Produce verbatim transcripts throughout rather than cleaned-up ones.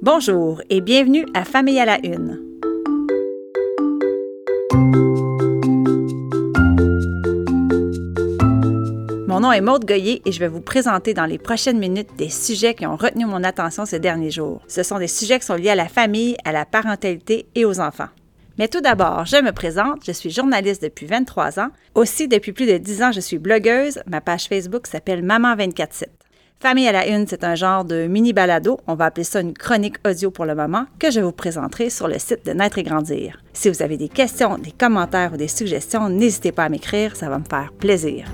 Bonjour et bienvenue à Famille à la Une. Mon nom est Maude Goyer et je vais vous présenter dans les prochaines minutes des sujets qui ont retenu mon attention ces derniers jours. Ce sont des sujets qui sont liés à la famille, à la parentalité et aux enfants. Mais tout d'abord, je me présente, je suis journaliste depuis vingt-trois ans. Aussi, depuis plus de dix ans, je suis blogueuse. Ma page Facebook s'appelle Maman vingt-quatre sept. Famille à la Une, c'est un genre de mini-balado, on va appeler ça une chronique audio pour le moment, que je vous présenterai sur le site de Naître et Grandir. Si vous avez des questions, des commentaires ou des suggestions, n'hésitez pas à m'écrire, ça va me faire plaisir.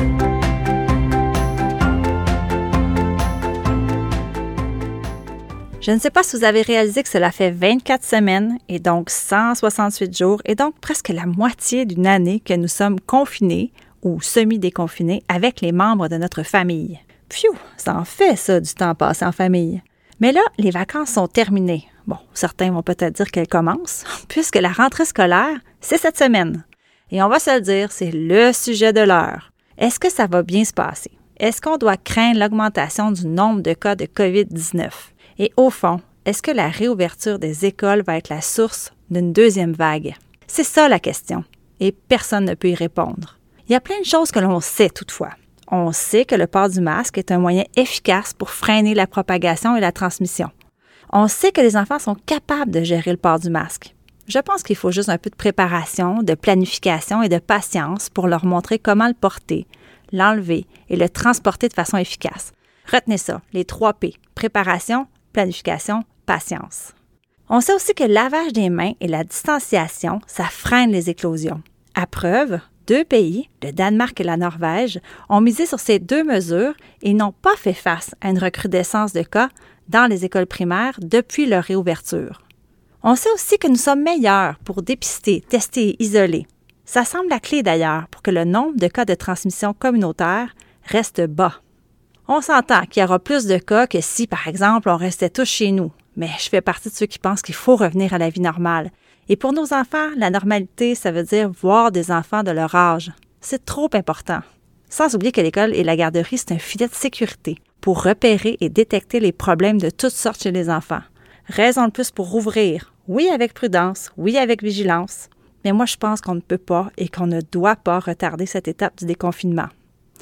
Je ne sais pas si vous avez réalisé que cela fait vingt-quatre semaines et donc cent soixante-huit jours et donc presque la moitié d'une année que nous sommes confinés ou semi-déconfinés avec les membres de notre famille. Pfiou, ça en fait ça du temps passé en famille. Mais là, les vacances sont terminées. Bon, certains vont peut-être dire qu'elles commencent, puisque la rentrée scolaire, c'est cette semaine. Et on va se le dire, c'est le sujet de l'heure. Est-ce que ça va bien se passer? Est-ce qu'on doit craindre l'augmentation du nombre de cas de covid dix-neuf? Et au fond, est-ce que la réouverture des écoles va être la source d'une deuxième vague? C'est ça la question, et personne ne peut y répondre. Il y a plein de choses que l'on sait toutefois. On sait que le port du masque est un moyen efficace pour freiner la propagation et la transmission. On sait que les enfants sont capables de gérer le port du masque. Je pense qu'il faut juste un peu de préparation, de planification et de patience pour leur montrer comment le porter, l'enlever et le transporter de façon efficace. Retenez ça, les trois P, préparation, planification, patience. On sait aussi que le lavage des mains et la distanciation, ça freine les éclosions. À preuve, deux pays, le Danemark et la Norvège, ont misé sur ces deux mesures et n'ont pas fait face à une recrudescence de cas dans les écoles primaires depuis leur réouverture. On sait aussi que nous sommes meilleurs pour dépister, tester et isoler. Ça semble la clé d'ailleurs pour que le nombre de cas de transmission communautaire reste bas. On s'entend qu'il y aura plus de cas que si, par exemple, on restait tous chez nous. Mais je fais partie de ceux qui pensent qu'il faut revenir à la vie normale. Et pour nos enfants, la normalité, ça veut dire voir des enfants de leur âge. C'est trop important. Sans oublier que l'école et la garderie, c'est un filet de sécurité pour repérer et détecter les problèmes de toutes sortes chez les enfants. Raison de plus pour rouvrir. Oui, avec prudence, oui, avec vigilance. Mais moi, je pense qu'on ne peut pas et qu'on ne doit pas retarder cette étape du déconfinement.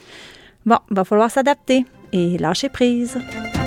Bon, il va falloir s'adapter et lâcher prise.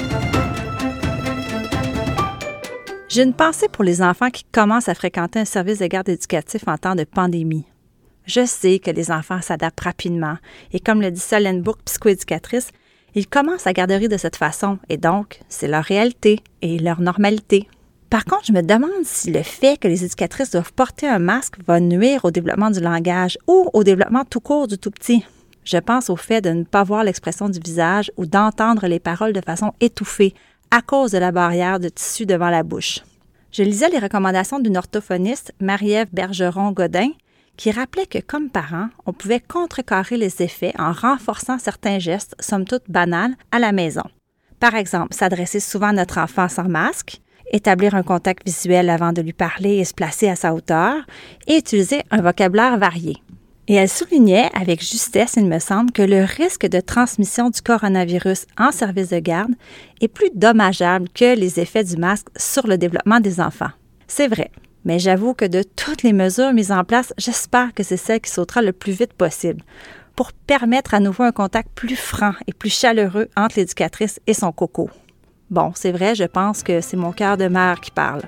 J'ai une pensée pour les enfants qui commencent à fréquenter un service de garde éducatif en temps de pandémie. Je sais que les enfants s'adaptent rapidement et comme le dit Solène Bourque, psychoéducatrice, ils commencent la garderie de cette façon et donc c'est leur réalité et leur normalité. Par contre, je me demande si le fait que les éducatrices doivent porter un masque va nuire au développement du langage ou au développement tout court du tout petit. Je pense au fait de ne pas voir l'expression du visage ou d'entendre les paroles de façon étouffée à cause de la barrière de tissu devant la bouche. Je lisais les recommandations d'une orthophoniste, Marie-Ève Bergeron-Godin, qui rappelait que comme parents, on pouvait contrecarrer les effets en renforçant certains gestes, somme toute banals, à la maison. Par exemple, s'adresser souvent à notre enfant sans masque, établir un contact visuel avant de lui parler et se placer à sa hauteur, et utiliser un vocabulaire varié. Et elle soulignait avec justesse, il me semble, que le risque de transmission du coronavirus en service de garde est plus dommageable que les effets du masque sur le développement des enfants. C'est vrai, mais j'avoue que de toutes les mesures mises en place, j'espère que c'est celle qui sautera le plus vite possible pour permettre à nouveau un contact plus franc et plus chaleureux entre l'éducatrice et son coco. Bon, c'est vrai, je pense que c'est mon cœur de mère qui parle.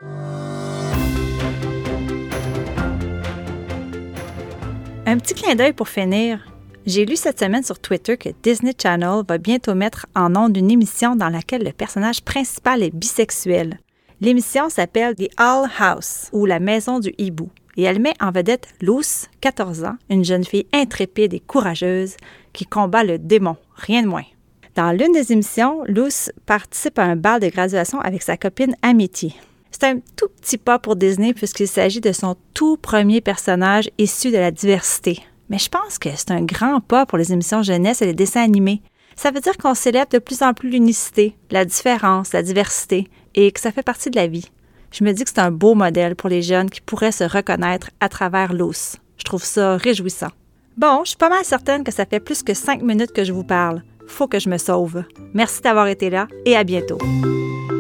Un petit clin d'œil pour finir. J'ai lu cette semaine sur Twitter que Disney Channel va bientôt mettre en ondes une émission dans laquelle le personnage principal est bisexuel. L'émission s'appelle The Owl House, ou La Maison du Hibou, et elle met en vedette Luce, quatorze ans, une jeune fille intrépide et courageuse qui combat le démon, rien de moins. Dans l'une des émissions, Luce participe à un bal de graduation avec sa copine Amity. C'est un tout petit pas pour Disney puisqu'il s'agit de son tout premier personnage issu de la diversité. Mais je pense que c'est un grand pas pour les émissions jeunesse et les dessins animés. Ça veut dire qu'on célèbre de plus en plus l'unicité, la différence, la diversité et que ça fait partie de la vie. Je me dis que c'est un beau modèle pour les jeunes qui pourraient se reconnaître à travers Luce. Je trouve ça réjouissant. Bon, je suis pas mal certaine que ça fait plus que cinq minutes que je vous parle. Faut que je me sauve. Merci d'avoir été là et à bientôt.